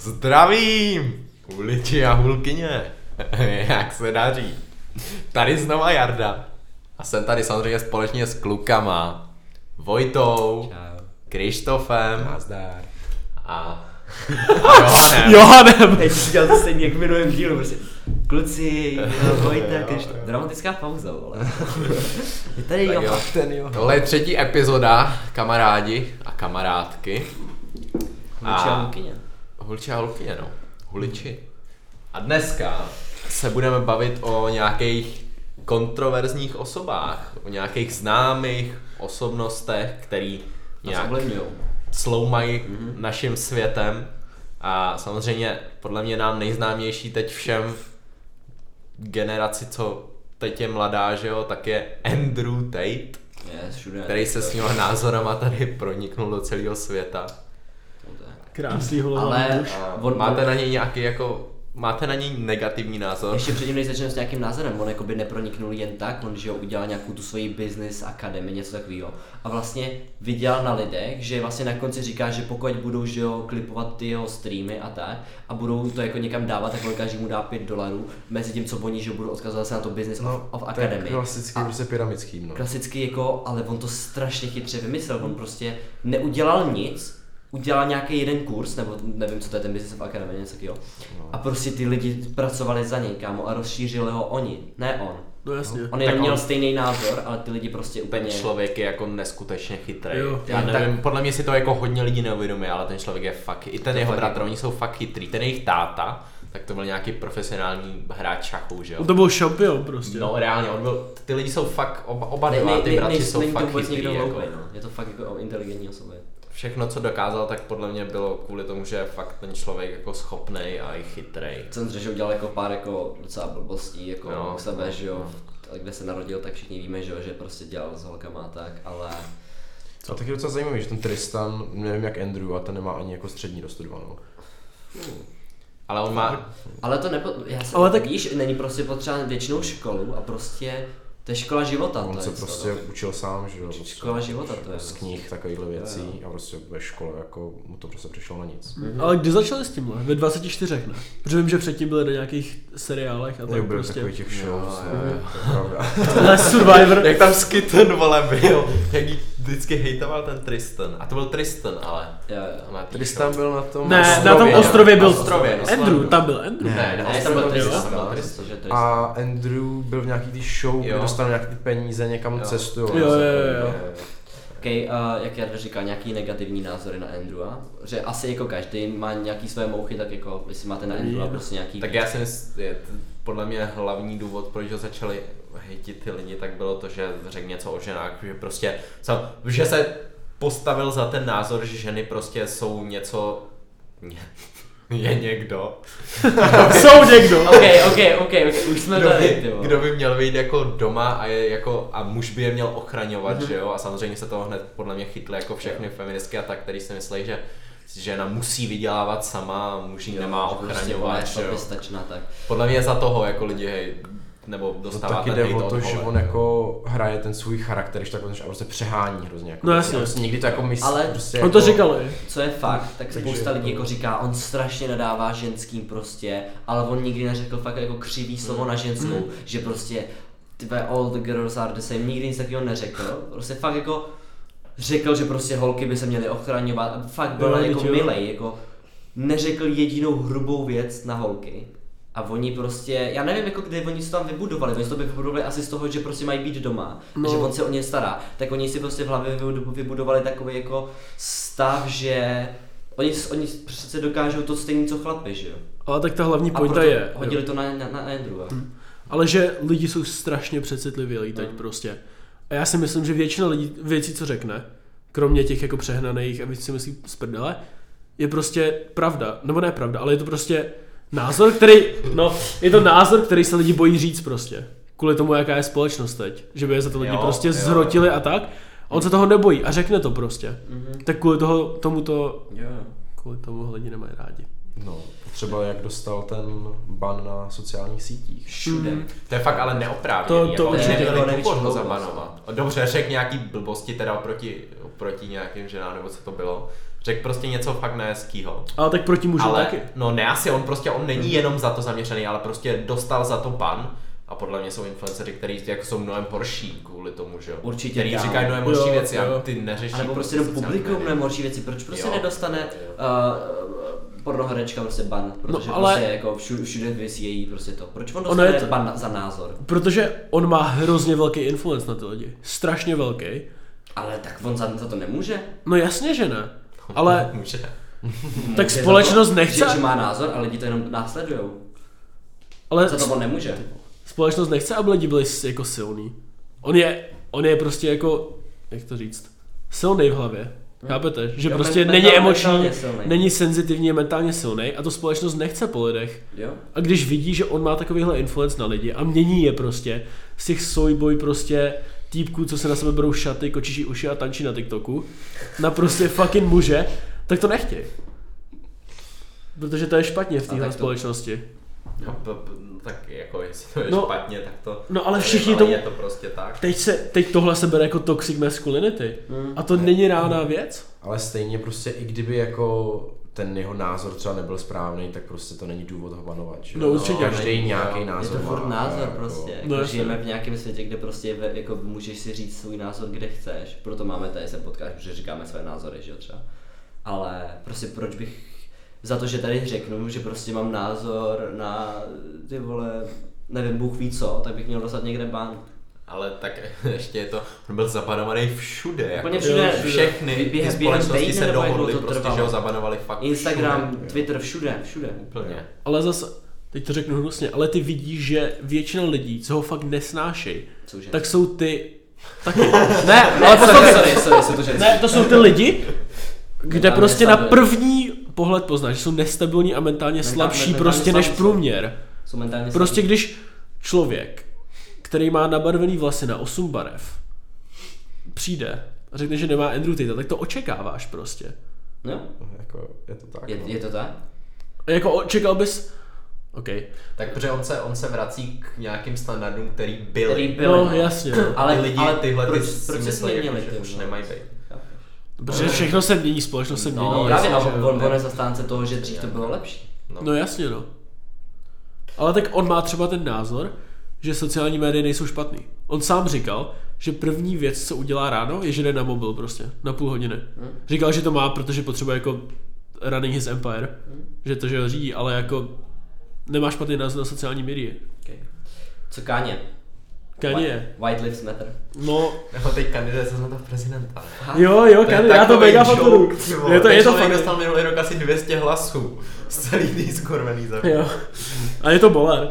Zdravím, huliči a hulkyně, jak se daří? Tady znova Jarda. A jsem tady samozřejmě společně s klukama. Vojtou, Krištofem. Nazdar. A Johanem. Hej, ty jsi dělal to stejně jak v minulém dílu, prostě. Kluci, Vojta, Krištof. Dramatická pauza, vole. Je tady Johan, ten Johan. tohle je 3. epizoda, kamarádi a kamarádky. Huliči a hulkyně. Huliči a hulkyně, no. Huliči. A dneska se budeme bavit o nějakých kontroverzních osobách, o nějakých známých osobnostech, který nějak sloumají naším světem. A samozřejmě podle mě nám nejznámější teď všem generaci, co teď je mladá, že jo, tak je Andrew Tate, který se s těma názorama tady proniknul do celého světa. Krásný holový muž. Máte na něj nějaký jako... Máte na něj negativní názor? Ještě předtím, než začneme s nějakým názorem, on jakoby neproniknul jen tak, on že udělal nějakou tu svoji business akademii, něco takového. A vlastně vydělal na lidech, že vlastně na konci říká, že pokud budou že jo, klipovat ty jeho streamy a tak, a budou to jako někam dávat, tak on každý mu dá $5, mezi tím, co oni že budou odkazovat se na to business of academy. Klasický, prostě pyramidský, no. Klasicky jako, ale on to strašně chytře vymyslel, on prostě neudělal nic, udělal nějaký jeden kurz, nebo nevím, co to je ten Business of Academy, něco takového. A prostě ty lidi pracovali za něj, kámo, a rozšířili ho oni, ne on. No jasně. On jenom měl stejný názor, ale ty lidi prostě úplně... Ten člověk je jako neskutečně chytrý. Jo. Já nevím, podle mě si to jako hodně lidí neuvědomí, ale ten člověk je fakt, i ten jeho bratr, oni jsou fakt chytrý. Ten jejich táta, tak to byl nějaký profesionální hráč šachu, že jo? To byl šampion prostě. No reálně, on byl, ty lidi jsou fakt, oba dva, ty bratři jsou fakt chytrý. Jako. Je to fakt jako inteligentní osoby. Všechno, co dokázal, tak podle mě bylo kvůli tomu, že je fakt ten člověk jako schopnej a i chytrej. Jsem že udělal jako pár jako docela blbostí, jako no, u sebe, že jo, kde se narodil, tak všichni víme, že jo, že prostě dělal s holkama a tak, ale... A taky docela zajímavý, že ten Tristan, nevím jak Andrew, a ten nemá ani jako střední dostudovanou. Ale on má... Ale to víš, není prostě potřeba většinou školu a prostě to je škola života. On se prostě učil sám, že jo. Škola života to je. Z knih takovýchhle věcí a prostě ve škole jako mu to prostě přišlo na nic. Ale kdy začali s tímhle? Ve 24, ne? Protože vím, že předtím byli na nějakých seriálech a tak byly prostě. takový těch shows, Ale Survivor. Jak tam Skitten, vole, byl, jak jí vždycky hejtoval ten Tristan. A to byl Tristan, ale... Jo. Tristan byl na tom... Ne, na tom ostrově byl ostrově, Andrew, tam byl Andrew. Ne, tam byl Tristan. A Andrew byl v nějaký tý show, kde dostal nějaký ty peníze, někam cestují. Jo. Jak Jarda říkal, nějaký negativní názory na Andrewa, že asi jako každý má nějaký své mouchy, tak jako jestli máte na Andrewa prostě nějaký... Tak já si myslím, podle mě hlavní důvod, proč ho začali hejtit ty lidi, tak bylo to, že řekl něco o ženách, že prostě, že se postavil za ten názor, že ženy prostě jsou něco... Je někdo. Jsou někdo. Ok, už jsme tady, kdo by měl být jako doma a je jako, a muž by je měl ochraňovat, že jo? A samozřejmě se toho hned podle mě chytly jako všechny feministky a tak, který si myslí, že žena musí vydělávat sama a muž ji nemá ochraňovat, prostě že jo? Tak. Podle mě za toho jako lidi nebo dostává taky ten jde hejt o od to, že holek, on jako hraje ten svůj charakter, když tak a prostě přehání hrozně jako. No jasně. Prostě někdy to jako myslí. Ale prostě on to jako, říkal, co je fakt, tak spousta lidí jako říká, on strašně nadává ženským prostě, ale on nikdy neřekl fakt jako křivý slovo na ženskou, že prostě all the girls are the same, nikdy nic takového neřekl, prostě fakt jako řekl, že prostě holky by se měly ochraňovat a fakt byl jako milej, jako neřekl jedinou hrubou věc na holky. A oni prostě, já nevím jako kdy oni se tam vybudovali, oni to by vybudovali asi z toho, že prostě mají být doma, a že on se o ně stará, tak oni si prostě v hlavě vybudovali takový jako stav, že oni přece dokážou to stejné co chlapi, že jo. Ale tak ta hlavní pointa je... Hodili to na Andrewa. Ale že lidi jsou strašně přecitlivělí teď prostě. A já si myslím, že většina lidí, věcí co řekne, kromě těch jako přehnaných a víc si myslí z prdele, je prostě pravda, nebo ne pravda, ale je to prostě názor, který se lidi bojí říct prostě. Kvůli tomu, jaká je společnost teď. Že by je za to lidi prostě zhrotili a tak. A on se toho nebojí a řekne to prostě. Tak kvůli tomu lidi nemají rádi. No, třeba jak dostal ten ban na sociálních sítích. Všude. To je fakt ale neoprávněný, To jako neměli ho ho zabanovat. Dobře, řekl nějaký blbosti teda proti nějakým ženám, nebo co to bylo. Řekl prostě něco fakt nehezkýho. Ale tak proti mužům Ale, taky. no ne asi, on není jenom za to zaměřený, ale prostě dostal za to ban. A podle mě jsou influenceři, kteří jako jsou mnohem horší kvůli tomu, že jo. Určitě, který kámo. říkají mnohem horší Jo, věci jo. a ty neřeší. A nebo prostě jenom publikují mnohem horší věci, proč prostě Jo. nedostane pornoherečka prostě ban, protože ale- prostě jako všude visí její prostě to. Proč on Ono je dostane to- ban za názor? Protože on má hrozně velký influence na ty lidi. Strašně velký. Ale tak on za to nemůže. No jasně, že ne. Ale Může. tak Může společnost za to, nechce, že má názor a lidi to jenom následujou. ale Za to on nemůže. společnost nechce, aby lidi byli jako silní. On je prostě jako, jak to říct, silný v hlavě. Chápete? Že Jo, prostě men- není mentálně emoční, silnej. není senzitivní, je mentálně silný a to společnost nechce po lidech. Jo? A když vidí, že on má takovýhle influence na lidi a mění je prostě z těch soyboy prostě týpků, co se na sebe berou šaty, kočičí uši a tančí na TikToku, na prostě fucking muže, tak to nechtěj. Protože to je špatně v téhle tak to- společnosti. No, tak jako jestli to je No, špatně, tak to... no, ale všichni ale tomu- je to prostě tak. Teď tohle se bere jako toxic masculinity. A to není reálná věc. Ale stejně prostě i kdyby jako ten jeho názor třeba nebyl správný, tak prostě to není důvod ho banovat. Že? No, určitě. Každý nějaký Je Je názor to má. furt názor jako- prostě. No, Jako jasně. žijeme v nějakém světě, kde prostě jako můžeš si říct svůj názor, kde chceš. Proto máme tady sem podcast, že říkáme své názory, že jo třeba. Ale prostě proč bych za to, že tady řeknu, že prostě mám názor na ty vole, nevím, Bůh ví co, tak bych měl dostat někde ban. Ale tak ještě je to, on byl zabanovaný všude. Jako Úplně všude. Všechny Během ty společnosti týdne, se nebo jak dohodly dlouho to prostě, trvalo? že ho zabanovali fakt Instagram, všude. Twitter, všude. Úplně. Ale zase, teď to řeknu hnusně, ale ty vidíš, že většina lidí, co ho fakt nesnášejí, Cože? tak jsou ty... Taky. Ne, ale poslouchej. sorry, jsou to ženský. Ne, to jsou ty lidi, kde Mentálně prostě na stabilní. první pohled poznáš, že jsou nestabilní a mentálně slabší mentálně prostě než slabší. průměr. Jsou mentálně Prostě slabí. když člověk, který má nabarvený vlasy na 8 barev, přijde a řekne, že nemá Andrew Tate, tak to očekáváš prostě. No, Jako, je to tak. je to tak? A jako očekal bys... OK. Tak protože on se vrací k nějakým standardům, který byly. Který byly. No jasně, no. Ale, Ty lidi ale tyhle proč, ty si proč se myslí, změnili jako, že ty už vole? nemají být. Protože všechno se mění, společnost se mění. No, právě, a jasně, že jo. on je zastánce toho, že dřív to bylo lepší. No jasně, no. Ale tak on má třeba ten názor, že sociální média nejsou špatný. On sám říkal, že první věc, co udělá ráno, je, že jde na mobil prostě, na půl hodiny. Říkal, že to má, protože potřebuje jako running his empire, že to, že ho řídí, ale jako nemá špatný názor na sociální médie. Okay. Co Káně? Kanye. White Lives Matter. No, Jako teď kandiduje se na to prezidenta. jo, Kanye, já to mega fatuju. Je to fakt. dostal minulý rok asi 200 hlasů z celý tý skurvený země. Jo. A je to boler.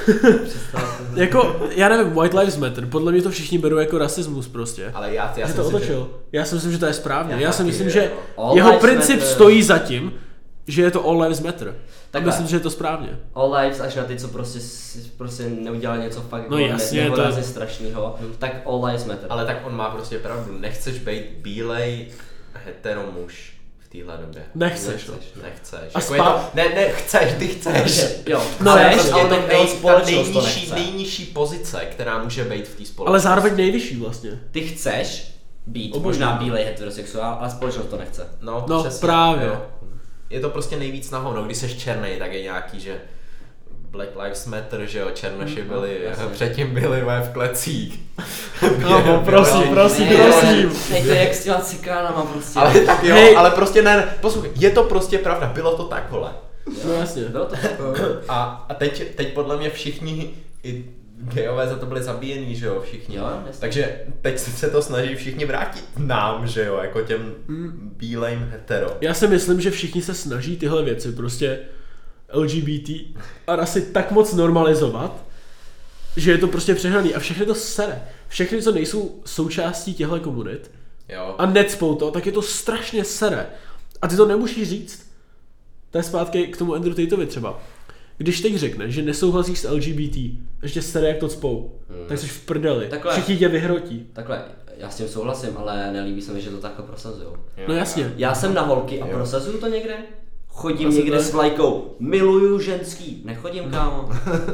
Jako, já nevím, White Lives Matter, podle mě to všichni berou jako rasismus prostě. Ale já Že si to myslím, otočil. Já si myslím, že to je správně. Já Já si taky, myslím, jo. že All jeho lives princip matter. stojí za tím, že je to all lives matter. Tak Takhle. myslím, že je to správně. All lives až na ty, co prostě neudělali něco fakt No jasně, to je- strašného, tak all lives matter. ale tak on má prostě pravdu. Nechceš být bílej hetero muž v téhle době. Nechceš, no. Nechceš. A Jako je to, ne, chceš, ty chceš. Jo, No, chceš, prostě ale je to ta společnost to nejnižší, nechce. nejnižší pozice, která může být v té společnosti. Ale zároveň nejvyšší vlastně. Ty chceš být Obojí. možná bílej heterosexuál, ale společnost to nechce. No, právě. Jo. Je to prostě nejvíc na hovno. Když seš černý, tak je nějaký, že Black Lives Matter, že jo, černoši byli, jasně. předtím byli v klecích. No, prosím, prosím, Ne, prosím. Hej, to je jak s těma cikánama prostě. Ale tak jo, Hej. ale prostě ne, poslouchej, je to prostě pravda, bylo to tak, vole. No jasně. Bylo to tak. A teď podle mě všichni, i gejové za to byli zabíjení, že jo, všichni. Jo, jasně. Takže teď se to snaží všichni vrátit nám, že jo, jako těm bílejm hetero. Já si myslím, že všichni se snaží tyhle věci prostě LGBT a rasy tak moc normalizovat, že je to prostě přehnaný a všechny to sere. Všechny, co nejsou součástí těchto komunit Jo. a necpou to, tak je to strašně sere. A ty to nemůžeš říct. To je zpátky k tomu Andrew Tateovi třeba. Když teď řekneš, že nesouhlasíš s LGBT, ještě sere jak to cpou, tak jsi v prdeli. Takhle. Všichni tě vyhrotí. Takhle, já s tím souhlasím, ale nelíbí se mi, že to takhle prosazujou. No jasně. Já jsem na holky a Jo. prosazuju to někde? chodím někde s vlajkou, miluju ženský, nechodím, kámo.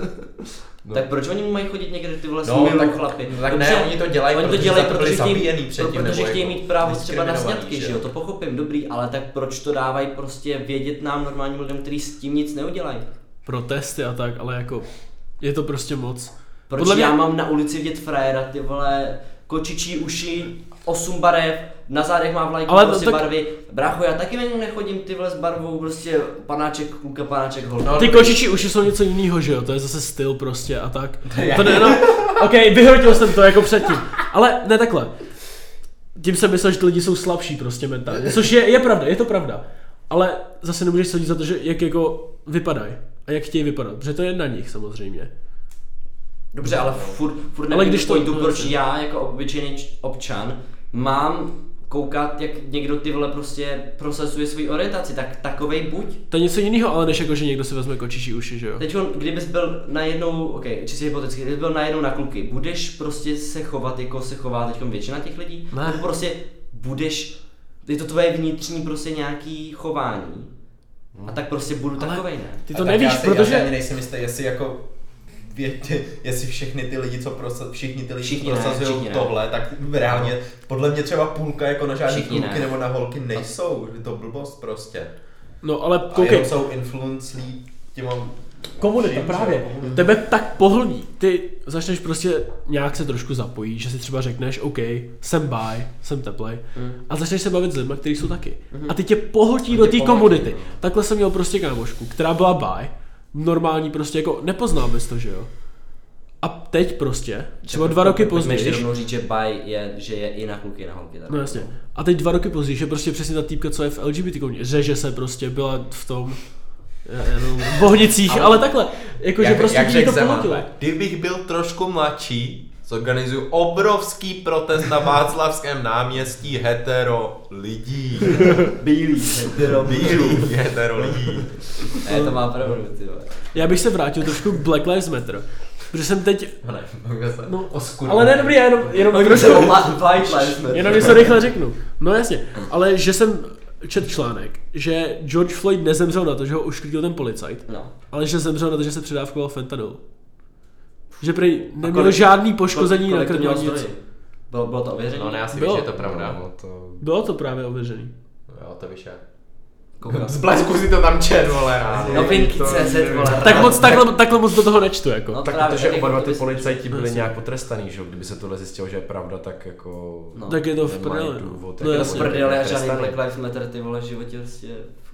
No. Tak proč oni mají chodit někde ty vole No, miluju chlapy? Tak ne, oni to dělají, protože chtějí chtějí mít právo třeba na sňatky, že jo, to pochopím, dobrý, ale tak proč to dávají prostě vědět nám normálním lidem, kteří s tím nic neudělají? Protesty a tak, ale jako je to prostě moc. Proč já mám na ulici vidět frajera, ty vole, kočičí uši, 8 barev, na zádech má vlajku, prostě tak... barvy. Brácho, já taky nechodím ty vole s barvou, prostě panáček kluka, panáček holka. No, ty kočičí uši jsou něco jiného, že jo, to je zase styl prostě a tak. To ne, no, okej, vyhrotil jsem to jako předtím, ale ne takhle. Tím jsem myslel, že ty lidi jsou slabší prostě mentálně, což je pravda, je to pravda. Ale zase nemůžeš soudit za to, že jak jako vypadají a jak chtějí vypadat, protože to je na nich samozřejmě. Dobře, ale furt ale když to proč já jako obyčejný občan mám koukat, jak někdo ty vole prostě prosazuje svou orientaci, tak takovej buď. To je něco jiného, ale než jako, že někdo si vezme kočičí uši, že jo? Teď kdybys byl najednou, čistě hypoteticky, kdybys byl najednou na kluky, budeš prostě se chovat, jako se chová teď většina těch lidí? Ne. Nebo prostě budeš, je to tvoje vnitřní prostě nějaký chování. A tak prostě budu takovej, ne? Ty to nevíš, protože... Já ani nejsem jistý, jestli jako jestli všichni ty lidi, co prosazují tohle, tak reálně podle mě třeba půlka jako na žádný kluky nebo na holky nejsou, je to blbost prostě. No ale koukej. A jenom jsou influencelí těma... Komunita právě, tebe tak pohlní, ty začneš prostě nějak se trošku zapojit, že si třeba řekneš, OK, jsem bi, jsem teplej a začneš se bavit s lidmi, kteří jsou taky. A ty tě pohltí do té komunity. No. Takhle jsem měl prostě kámošku, která byla bi, normální prostě jako nepoznal bys to, že jo. A teď prostě, třeba 2 roky později. Můžeš rovnou říct, že bi je, že je i na kluky, na holky. No jasně. A teď 2 roky později, že prostě přesně ta týpka, co je v LGBT komunitě, že se prostě byla v tom v Bohnicích, ale takhle, jakože prostě jak to pohltilo. Kdybych byl trošku mladší, zorganizuju obrovský protest na Václavském náměstí hetero lidí. Bílý hetero lidí. To má pravdu, ty vole. Já bych se vrátil trošku k Black Lives Matter, protože jsem teď... No, ale ne, dobrý, jenom něco rychle řeknu. No jasně, ale že jsem četl článek, že George Floyd nezemřel na to, že ho uškrtil ten policajt, ale že zemřel na to, že se předávkoval fentanyl. Že prý neměl žádný poškození na krku. Bylo to ověřený? No ne, asi víš, že je to pravda. Bylo to právě ověřený. Jo, to víš jak. Z blesku si to tam čet, vole. Novinky.cz, vole. Takhle moc do toho nečtu, jako. No, tak protože oba dva ty policajti byli nějak potrestaný, že? Kdyby se tohle zjistilo, že je pravda, tak jako... No. Tak je to v prdele. No jasně. V prdele a žádný Black Lives Matter, ty vole, v životě prostě...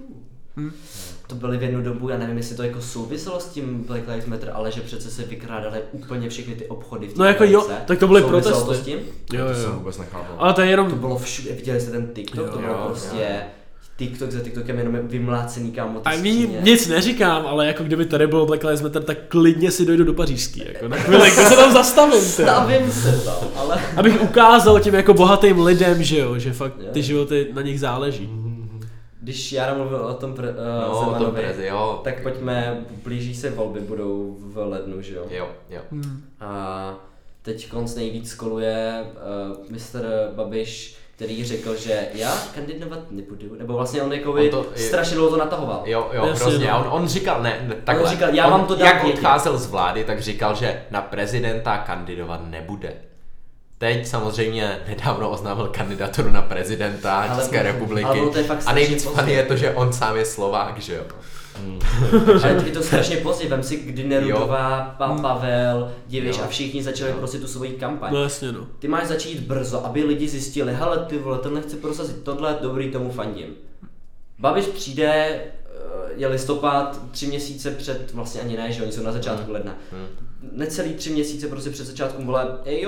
To byly v jednu dobu, já nevím, jestli to jako souviselo s tím Black Lives Matter, ale že přece se vykrádaly úplně všechny ty obchody v té jako jo, tak to byly protesty. To s tím? Jo. To jsem vůbec nechápal. Ale to je jenom... To bylo všude, viděli jste ten TikTok, to bylo prostě... TikTok za TikTokem jenom vymlácený, kámo. A nic neříkám, ale jako kdyby tady bylo Black Lives Matter, tak klidně si dojdu do Pařížský, jako na chvíli, se tam zastavím. Stavím se tam, ale... Abych ukázal těm jako bohatým lidem, že jo, že fakt ty životy na nich záleží. Když Jara mluvil o tom Zemanovi, tak pojďme, blíží se volby, budou v lednu, že jo? Jo. A teď konc nejvíc koluje Mr. Babiš, který řekl, že já kandidovat nebudu, nebo vlastně on jako strašně dlouho to natahoval. Jo, hrozně. On říkal, takhle. On říkal, já vám to dám. Jak odcházel z vlády, tak říkal, že na prezidenta kandidovat nebude. Teď samozřejmě nedávno oznámil kandidaturu na prezidenta České republiky. A nejvíc funny je to, že on sám je Slovák, že jo. Ale je to strašně pozdě, vem si, kdy Nerudová, Pavel, Diviš a všichni začali prostě tu svoji kampaň. No jasně, no. Ty máš začít brzo, aby lidi zjistili, hele ty vole, tenhle chce prosadit tohle, dobrý, tomu fandím. Babiš přijde, je listopad, 3 měsíce před, vlastně ani ne, že oni jsou na začátku ledna. Necelý 3 měsíce prostě před začátkem voleb,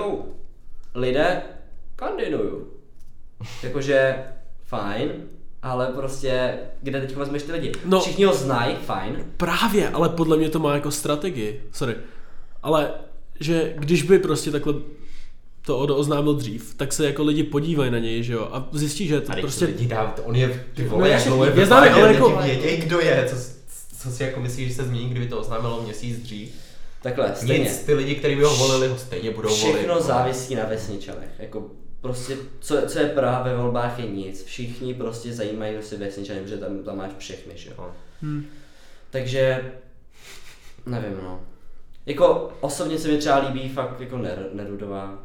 lidé, kandiduju. Jakože, fajn. Ale prostě, kde teď vezmeš ty lidi? No, všichni ho znají, fajn. Právě, ale podle mě to má jako strategii, ale že když by prostě takhle to oznámil dřív, tak se jako lidi podívají na něj, že jo, a zjistí, že to a prostě... lidi dá, on je ty vole, já znám, ale jako... Věděj, kdo je, co si jako myslíš, že se změní, kdyby to oznámilo měsíc dřív? Takhle, stejně. Nic, ty lidi, kteří by ho volili, ho stejně budou volit. Všechno závisí na vesničanech, jako prostě, co je Praha ve volbách je nic. Všichni prostě zajímají prostě vesničany, protože tam máš všechny, že jo. Takže, nevím no. Jako osobně se mi třeba líbí fakt jako Nerudová.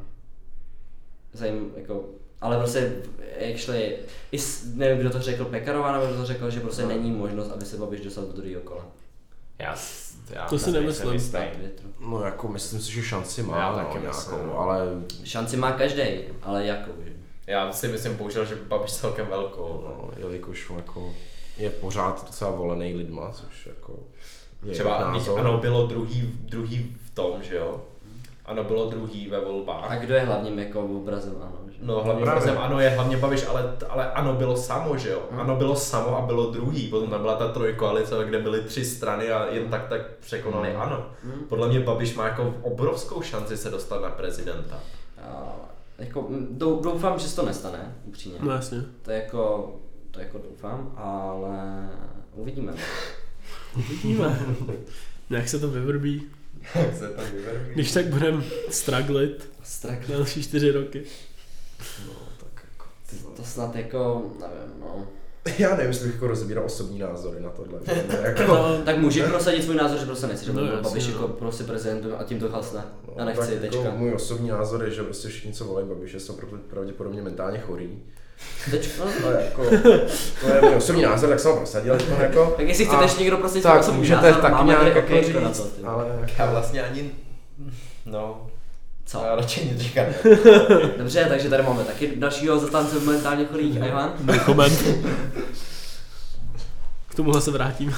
Jako, ale prostě, actually, nevím, kdo to řekl, Pekarová, nebo kdo to řekl, že prostě není možnost, aby se Babiš dostal do druhého kola. Já to si nemyslím. No jako myslím si, že šanci má nějakou, ale... Šanci má každej, ale jakou, že? Já si myslím bohužel, že Babiš celkem velkou. No, jelikož jako je pořád docela volený lidma, což jako... Třeba ano bylo druhý v tom, že jo? Ano bylo druhý ve volbách. A kdo je hlavním jako obrazem ANO? Že? No hlavním obrazem ANO je hlavně Babiš, ale ANO bylo samo, že jo? ANO bylo samo a bylo druhý, potom tam byla ta trojkoalice, kde byly 3 strany a jen tak překonali ANO. Podle mě Babiš má jako obrovskou šanci se dostat na prezidenta. Jako, doufám, že se to nestane, upřímně. No jasně. To jako doufám, ale uvidíme. Uvidíme. Jak se to vyvrbí. Když tak budeme strugglit další 4 roky. No, tak jako... To snad jako, nevím, no. Já nevím, jestli bych jako rozebíral osobní názory na tohle. Jako... No, tak může prosadit svůj názor, že prostě nechci, že byl Babiš jako prostě prezidentem a tím to hasne. Já nechci, tak tečka. Jako můj osobní názor je, že prostě všichni, co volají Babiše, jsou pravděpodobně mentálně chorí. No. Jako, to je můj osobní názor, tak jsem ho prosadil. Jako, tak jestli chcete ještě někdo prostě tak osobní můžete názor, tak nějak jako okay, říct, na to, ale... Já vlastně ani... No... Co? Já radši nic říkat. Dobře, takže tady máme taky dalšího zastánce mentálně chorých, a Ivan? Koment. K tomuhle se vrátím.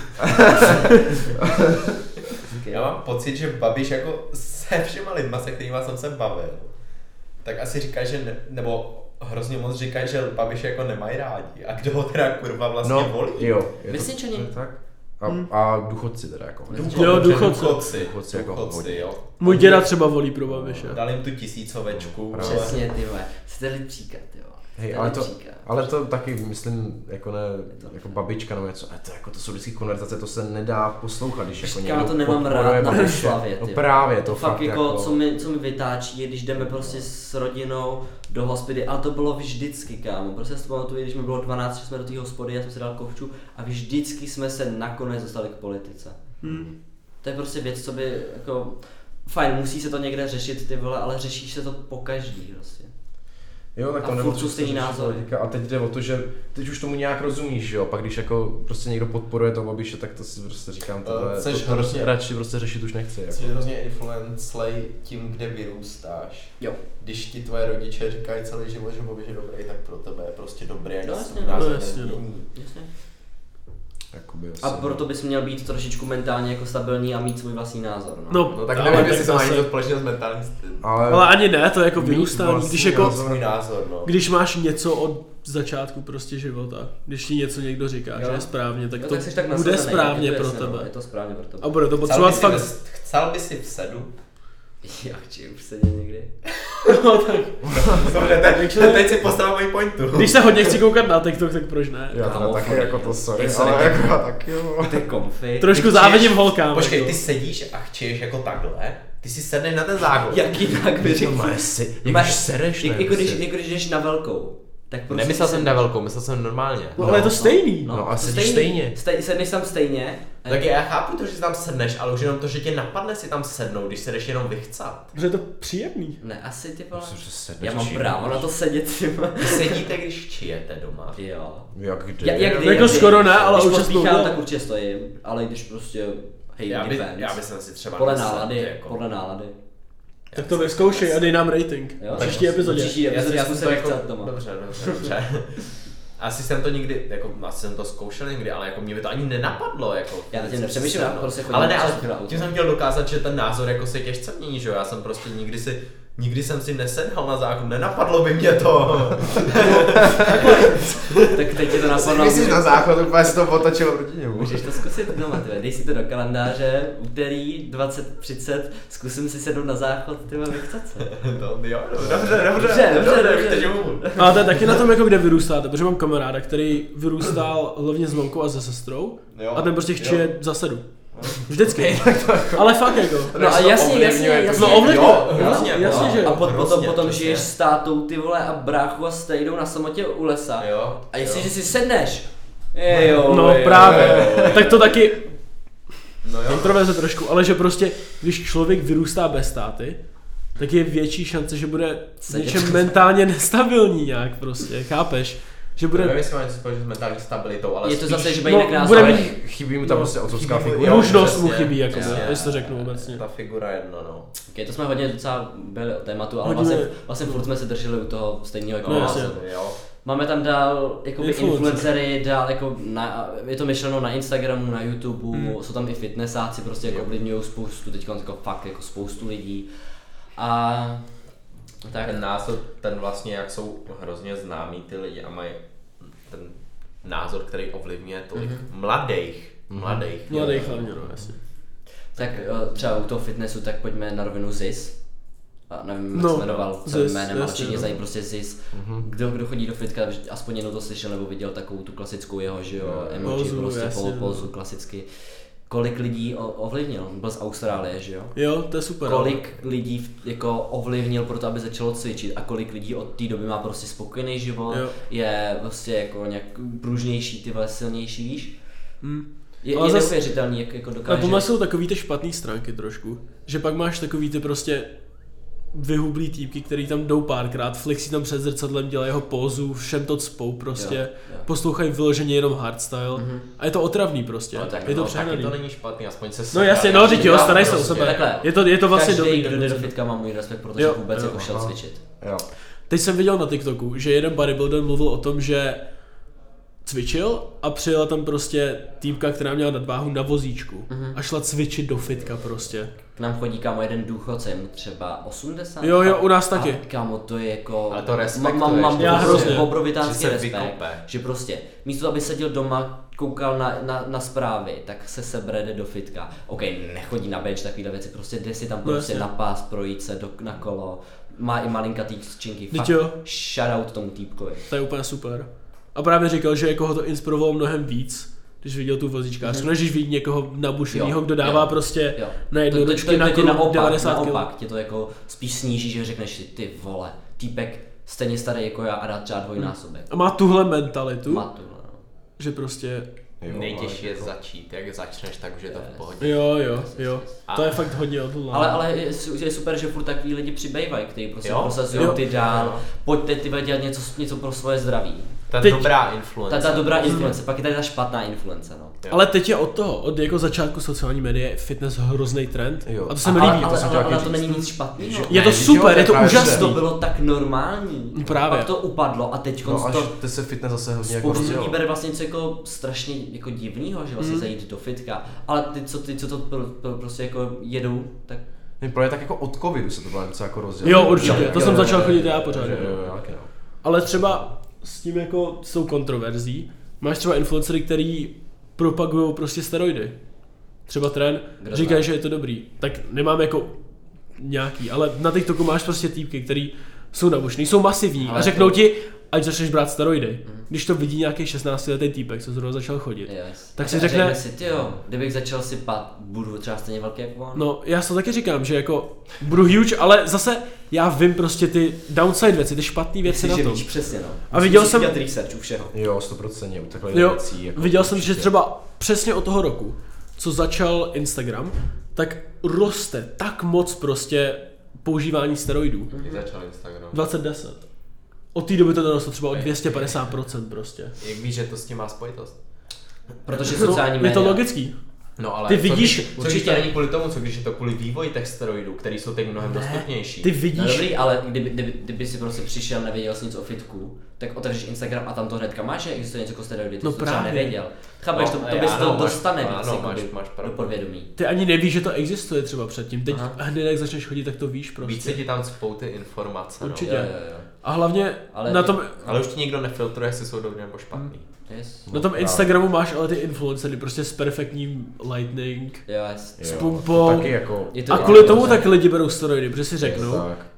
Já mám pocit, že Babiš jako se všema lidma, se kterýma jsem se bavil, tak asi říká, že nebo hrozně moc říkají, že Babiše jako nemají rádi. A kdo ho teda kurva vlastně volí? Jo. Vesničani. Tak. A důchodci teda jako. Důchodci jako hodně. Jo. Můj děda třeba volí pro Babiše. Dal jim tu 1000ovečku. Přesně, ty vole. Jste lipříkat, ty vole. Hej, ale to taky myslím, jako ne, jako babička nebo něco, to jsou vždycky konverzace, to se nedá poslouchat, když jako někdo já to nemám rád na oslavě, no právě, to fakt jako, co mi vytáčí, je, když jdeme prostě s rodinou do hospody, ale to bylo vždycky, kámo, prostě si pamatuju, když mi bylo 12, že jsme do té hospody, já jsem si dal kovču a vždycky jsme se nakonec dostali k politice. To je prostě věc, co by, jako, fajn, musí se to někde řešit, ty vole, ale řešíš se to po každý, prostě. Jo, tak to a furt jsou stejný názory. A teď jde o to, že teď už tomu nějak rozumíš, že jo, pak když jako prostě někdo podporuje to Babiše, tak to si prostě říkám, to hrozně radši prostě řešit už nechci. Jsi jako. Hrozně influenclej tím, kde vyrůstáš. Jo. Když ti tvoje rodiče říkají celý život, že Babiš je dobrý, tak pro tebe je prostě dobrý, jak jasně, jasně. A proto bys měl být trošičku mentálně jako stabilní a mít svůj vlastní názor. No tak nevím, jestli to má něco společného s mentální styl. Ale ani ne, to je jako vyrůstání, když jako svůj názor, no. Když máš něco od začátku prostě života, když ti něco někdo říká, že je správně, tak to tak bude správně pro tebe. Je to správně pro tebe. A bude to potřebovat fakt... Chcel by si vsedu? Já chci už sedět někdy. No tak. Teď si postavil moji pointu. Když se hodně chci koukat na TikTok, tak proč ne? Já teda taky jako to sorry, ale jako taky jo. Ty komfy. Trošku závidím holkám. Počkej, ty sedíš a chčiješ jako takhle? Ty si sedneš na ten základ. Jak jinak by řekl? Když sereš, ne? Jako když jdeš na velkou. Tak prostě nemyslel jsem na velkou, myslel jsem normálně. No ale je to stejný. No a sedíš stejně. Sedneš tam stejně. Tak já chápu to, že si tam sedneš, ale už jenom to, že tě napadne si tam sednout, když se jdeš jenom vychcat. Protože je to příjemný. Ne, asi ty vole. Já mám právo na to sedět, ty vole. Vy sedíte, když čijete doma. Jo. Jak kdy? Jako skoro ne, ale když občas pospíchám, tak určitě stojím, ale když prostě já bych si třeba podle nálady. Tak to vyzkoušej a dej nám rating. V příští epizodě. Já jsem se jako, dobře. Asi jsem to nikdy, jako asi jsem to zkoušel někdy, ale jako mě by to ani nenapadlo, jako. Já tím nepřemýšlím, prostě ale ne, ale tím jsem chtěl dokázat, že ten názor jako se těžce mění, že jo, já jsem prostě nikdy jsem si nesednal na základ, nenapadlo by mě to. Tak teď ti to napadlo. Myslíš na záchod, úplně si to otočilo proti němu. Můžeš to zkusit doma, tyhle. Dej si to do kalendáře, úterý 20:30, zkusím si sednout na záchod, tyhle, vychcat se. Dobře. Ale to je taky na tom, jako kde vyrůstáte, protože mám kamaráda, který vyrůstal hlavně s mamkou a se sestrou a ten prostě chčije za sedu. Vždycky. Ale fakt jako. No a jasně. No ovlivňuje. Jasně, že a jo. potom žiješ s tátou, ty vole, a bráchu a jste jdou na samotě u lesa. Jo. A jestliže si sedneš. No právě. Tak to taky No jo. kontroverze trošku, ale že prostě, když člověk vyrůstá bez táty, tak je větší šance, že bude něčem mentálně nestabilní nějak prostě, chápeš? Že bude... Nevím, jestli mám něco spojit s mentální stabilitou, ale je to spíš... zase, že bude jinak názor. bude mít... Chybí mu tam prostě otcovská figura. Mužnost mu chybí, jako jestli to řeknu obecně. Ta figura jedno, no. Okay, to jsme hodně docela byli o tématu, ale Hodně... vlastně furt jsme se drželi u toho stejného jako No, nás. Jo. Máme tam dál jakoby influencery, dál jako je to myšleno na Instagramu, na YouTube, jsou tam i fitnessáci, prostě jako ovlivňují spoustu, teď jako fakt jako spoustu lidí. A tak. Ten názor, ten vlastně, jak jsou hrozně známí ty lidi a mají ten názor, který ovlivňuje tolik mladých hlavně, no jasně. Tak třeba u toho fitnessu, tak pojďme na rovinu ZIS. A nevím, jak se jmenoval celým jménem, ale všichni znají prostě ZIS. Kdo chodí do fitka, aspoň jednou to slyšel nebo viděl takovou tu klasickou jeho, že jo, emoji, prostě polopózu klasicky. Kolik lidí ovlivnil? Byl z Austrálie, že jo? Jo, to je super. Kolik lidí jako ovlivnil pro to, aby začalo cvičit a kolik lidí od té doby má prostě spokojený život, je prostě jako nějak pružnější, ty silnější, víš? Je neuvěřitelný, jak jako dokáže. A tomhle jsou takový ty špatný stránky trošku, že pak máš takový ty prostě vyhublý týpky, který tam jdou párkrát, flexí tam před zrcadlem, dělají jeho pózu, všem to cpou prostě, jo. Poslouchají vyloženě jenom hardstyle a je to otravný prostě, no, tak, je to přehnaný. To není špatný, aspoň se no jasně, no teď jo, starej se o sebe, takhle, je to vlastně dobrý. Každý, kdo jde do fitka, má můj respekt, protože vůbec jako šel cvičit. Jo. Teď jsem viděl na TikToku, že jeden bodybuilder mluvil o tom, že cvičil a přijela tam prostě týpka, která měla nadváhu na vozíčku a šla cvičit do fitka prostě. K nám chodí kámo jeden důchodce, mu třeba 80. Jo, u nás taky. Kámo, to je jako... Ale to respektuješ. Mám já hrozně. obrovitánský respekt, že prostě místo aby seděl doma, koukal na zprávy, tak se sebere, jde do fitka. OK, nechodí na bench, takovýhle věci, prostě jde si tam prostě na pás, projít se na kolo, má i malinkatý činky, fakt shoutout tomu týpkovi. To je úplně super. A právě říkal, že jako ho to inspirovalo mnohem víc, když viděl tu vozíčkářku, než když vidí někoho nabušenýho, kdo dává prostě na jednu ručky na kolo 90 kg. Naopak tě to jako spíš sníží, že řekneš si, ty vole, týpek stejně starý jako já a dá třeba dvojnásobek. A má tuhle mentalitu, má tuhle, no. Že prostě... Nejtěžší je začít, jak začneš, tak už je to v pohodě. Jo. To je fakt hodně odhodlané. Ale je super, že furt takový lidi přibývají, kteří prostě prosazují ty dál. Pojďte ty dělat něco pro svoje zdraví. Ta dobrá influence. Ta dobrá influence, pak je tady ta špatná influence, no. Ale teď je od jako začátku sociální média fitness hrozný trend. A to se mi líbí. Ale to není nic špatného. Je to super, je to úžasné. To bylo tak normální. Právě. Pak to upadlo a teď to se fitness zase hodně jako spoustu lidí bere vlastně něco jako strašně jako divného, že vlastně zajít do fitka. Ale ty, co to prostě jako jedou, tak... Pro je tak jako od covidu se to bylo něco jako rozdělilo. Jo, určitě, to jsem začal chodit já pořád. Jo. Ale třeba s tím jako jsou kontroverzí. Máš třeba influencery, který propagují prostě steroidy. Třeba Tren říkají, že je to dobrý. Tak nemám jako nějaký, ale na TikToku máš prostě týpky, který jsou nabušný, jsou masivní a řeknou ti, ať začneš brát steroidy. Když to vidí nějaký 16letý týpek, co zrovna začal chodit, tak si řekne si, tyjo, kdybych začal sypat, budu třeba stejně velký jako on. No, já to taky říkám, že jako budu huge, ale zase já vím prostě ty downside věci, ty špatné věci na tom. Přesně, no. A viděl jsem research u všeho. Jo, 100% u takhle věcí. Jako viděl jsem, že třeba přesně od toho roku, co začal Instagram, tak roste tak moc prostě používání steroidů. Kdy začal Instagram? 2010. Od té doby to narostlo třeba o 250% prostě. Jak víš, že to s tím má spojitost? Protože sociální média. Je to logický. No ale ty vidíš, co když to není kvůli tomu, co když je to kvůli vývoji těch steroidů, který jsou teď mnohem dostupnější. Ty vidíš. No dobrý, ale kdyby si prostě přišel, nevěděl jsi nic o fitku, tak otevřeš Instagram a tam to hnedka máš, že existuje něco jako steroidy, ty jsi to třeba nevěděl. Chápeš, to bys to dostane víc do podvědomí. Ty ani nevíš, že to existuje třeba předtím, teď hned jak začneš chodit, tak to víš prostě. Víc se ti tam cpou ty informace. Určitě. Jo. A hlavně na tom... Ale už ti nikdo nefiltruje, jestli jsou dobrý nebo špatný. Na tom Instagramu máš ale ty influencery prostě s perfektním lightning, jo, s pumpou. Taky jako... A kvůli tomu tak lidi berou steroidy, protože si řeknou,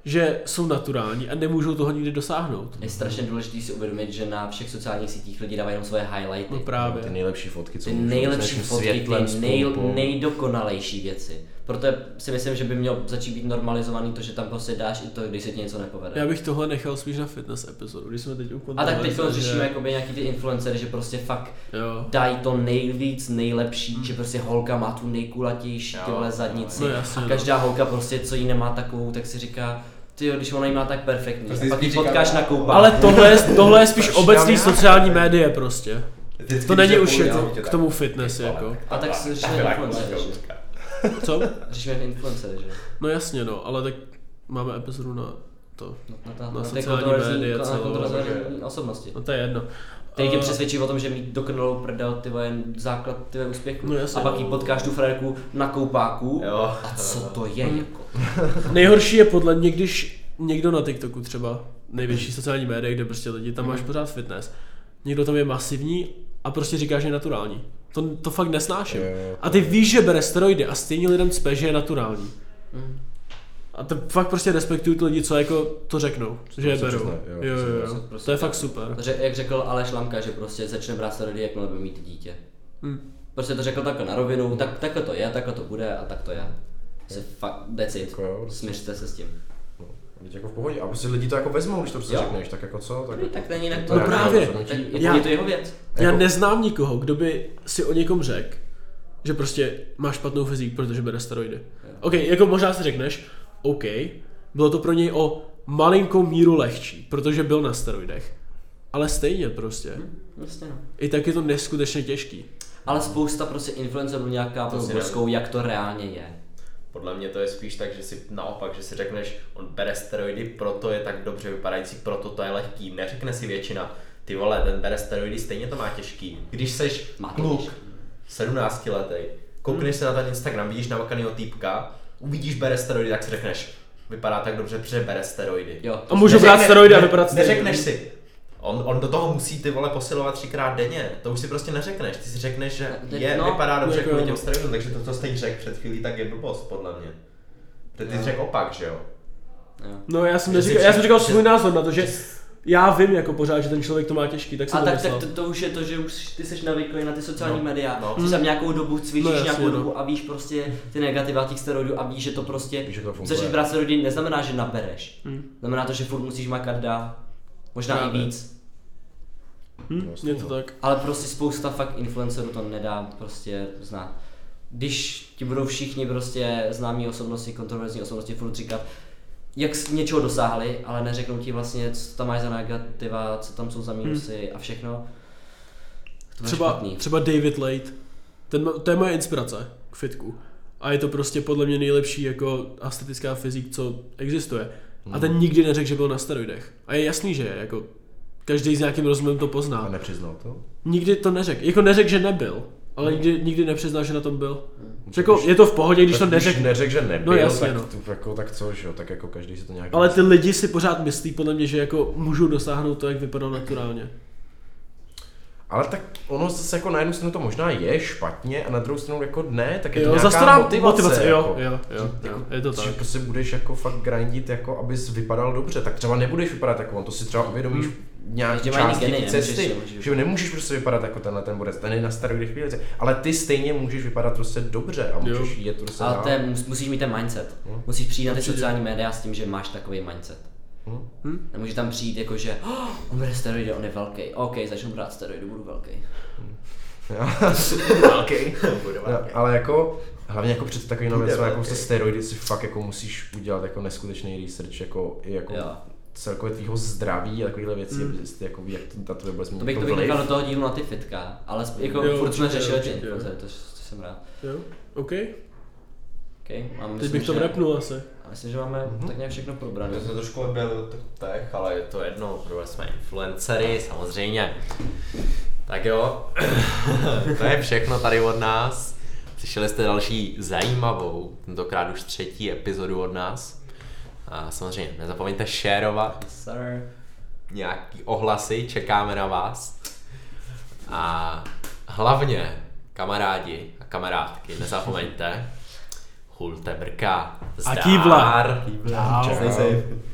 že jsou naturální a nemůžou toho nikdy dosáhnout. Je strašně důležité si uvědomit, že na všech sociálních sítích lidi dávají jenom svoje highlighty. No právě. Ty nejlepší fotky, co ty nejlepší fotky, ty nejdokonalejší věci. Proto si myslím, že by mělo začít být normalizovaný to, že tam prostě dáš i to, když se ti něco nepovede. Já bych tohle nechal spíš na fitness epizodu, když jsme teď A tak teď řešíme jakoby nějaký ty influencery, že prostě fakt dají to nejvíc, nejlepší, že prostě holka má tu nejkulatější tyhle zadnici a každá holka prostě, co jí nemá takovou, tak si říká, tyjo, když ona jí má tak perfektní, prostě a pak ji potkáš na koupání. Ale tohle je spíš obecný sociální média prostě. To není už jako k tomu fitness jako. A tak si řešíme influencery, že? Co? Řešíme influencery, že? No jasně no, ale tak máme epizodu na to. Na sociální média, kontroverzní osobnosti. No to je jedno. Který tě přesvědčí o tom, že mít dokonalou prdel, ty je základ ty úspěchu. No jasně, a pak jí potkáš tu frajerku na koupáku. A co to je jako? Nejhorší je podle mě, když někdo na TikToku třeba, největší sociální média, kde prostě lidi, tam máš pořád fitness. Někdo tam je masivní a prostě říká, že je naturální. To fakt nesnáším. A ty víš, že bere steroidy a stejně lidem cpe, že je naturální. A to fakt prostě respektuju ty lidi, co jako to řeknou, že je berou. Jo. To je fakt super. Jak řekl Aleš Lamka, že prostě začne brát steroidy, jakmile bude mít dítě. Prostě to řekl takhle na rovinu, takhle to je, takhle to bude a tak to je. Fakt, that's it. Směřte se s tím. Teď jako v pohodě. A prostě lidi to jako vezmou, když to prostě řekneš, tak jako co? Tak není jinak to. No právě. Je to jeho věc. Já neznám nikoho, kdo by si o někom řekl, že prostě má špatnou fyzik, protože bere steroidy. OK, jako možná si řekneš, OK, bylo to pro něj o malinkou míru lehčí, protože byl na steroidech. Ale stejně prostě. Vlastně no. I tak je to neskutečně těžký. Ale spousta prostě influencerů nějaká blboskou, jak to reálně je. Podle mě to je spíš tak, že si naopak, že si řekneš, on bere steroidy, proto je tak dobře vypadající, proto to je lehký. Neřekne si většina, ty vole, ten bere steroidy, stejně to má těžký. Když seš kluk, 17 letý, koukneš se na ten Instagram, vidíš namakanýho týpka, uvidíš bere steroidy, tak si řekneš, vypadá tak dobře, protože bere steroidy. Jo. A můžu brát steroidy a vypadat stejně. Neřekneš si. On do toho musí ty vole posilovat 3x denně, to už si prostě neřekneš, ty si řekneš, že vypadá dobře kvůli těm steroidům, takže to, co jsi řekl před chvílí, tak je blbost podle mě. Ty jsi řekl opak, že jo? No já jsem říkal svůj názor na to, že já vím jako pořád, že ten člověk to má těžký, tak jsem to myslel. Tak to už je to, že už ty jsi navyklý na ty sociální média, že tam nějakou dobu cvičíš nějakou dobu a víš prostě ty negativa těch steroidů a víš, že to prostě, začneš brát steroidy, neznamená, že nabereš. Znamená to, že furt musíš makat dál, možná i víc. Je to tak. Ale prostě spousta fakt influencerů to nedá prostě znát. Když ti budou všichni prostě známí osobnosti, kontroverzní osobnosti furt říkat, jak něčeho dosáhli, ale neřeknou ti vlastně, co tam máš za negativa, co tam jsou za mínusy a všechno. Třeba David Late, to je moje inspirace k fitku. A je to prostě podle mě nejlepší jako estetická fyzik, co existuje. A ten nikdy neřekl, že byl na steroidech. A je jasný, že je, jako každý s nějakým rozumem to pozná. A nepřiznal to? Nikdy to neřekl. Jako neřekl, že nebyl. Ale nikdy nepřiznal, že na tom byl. Jako, je to v pohodě, když to neřekl. Když neřekl, že nebyl, no, jasně, tak co, že jo, tak jako každý si to nějak... Ale ty lidi si pořád myslí podle mě, že jako můžou dosáhnout to, jak vypadá naturálně. Ale tak ono zase jako na jednu stranu to možná je špatně a na druhou stranu jako ne, tak je to nějaká motivace. Jo, je to tak. Že prostě budeš jako fakt grindit, jako abys vypadal dobře, tak třeba nebudeš vypadat jako on, to si třeba uvědomíš nějaký části té cesty, že nemůžeš prostě vypadat jako tenhle ten borec, ten je na starý chvíli, ale ty stejně můžeš vypadat prostě dobře a můžeš jet prostě dál. Ale musíš mít ten mindset, musíš přijít na ty sociální média s tím, že máš takový mindset. Nemůže tam přijít jako, že on bere steroidy, on je velký. OK, začnu brát steroidy, budu velký. Velký. Ale jako hlavně jako před takovým věcem jako se steroidy si fakt jako musíš udělat jako neskutečný research jako i jako celkově tvýho zdraví a takovýhle věci, abyste jako ví, jak to tvoje bude mít to bych nechal do toho dílu na ty fitka, ale jako furt jsme řešili ty influencery, to jsem rád. Jo, OK. Teď bych to vrapnul asi. Myslím, že máme tak nějak všechno probrané. To jsme trošku byl tak, ale je to jedno, protože jsme influencery, samozřejmě. Tak jo, to je všechno tady od nás. Slyšeli jste další zajímavou, tentokrát už 3. epizodu od nás. A samozřejmě nezapomeňte shareovat. Yes, sir. Nějaký ohlasy, čekáme na vás. A hlavně, kamarádi a kamarádky, nezapomeňte, Hulte brka. A kývla. Čau.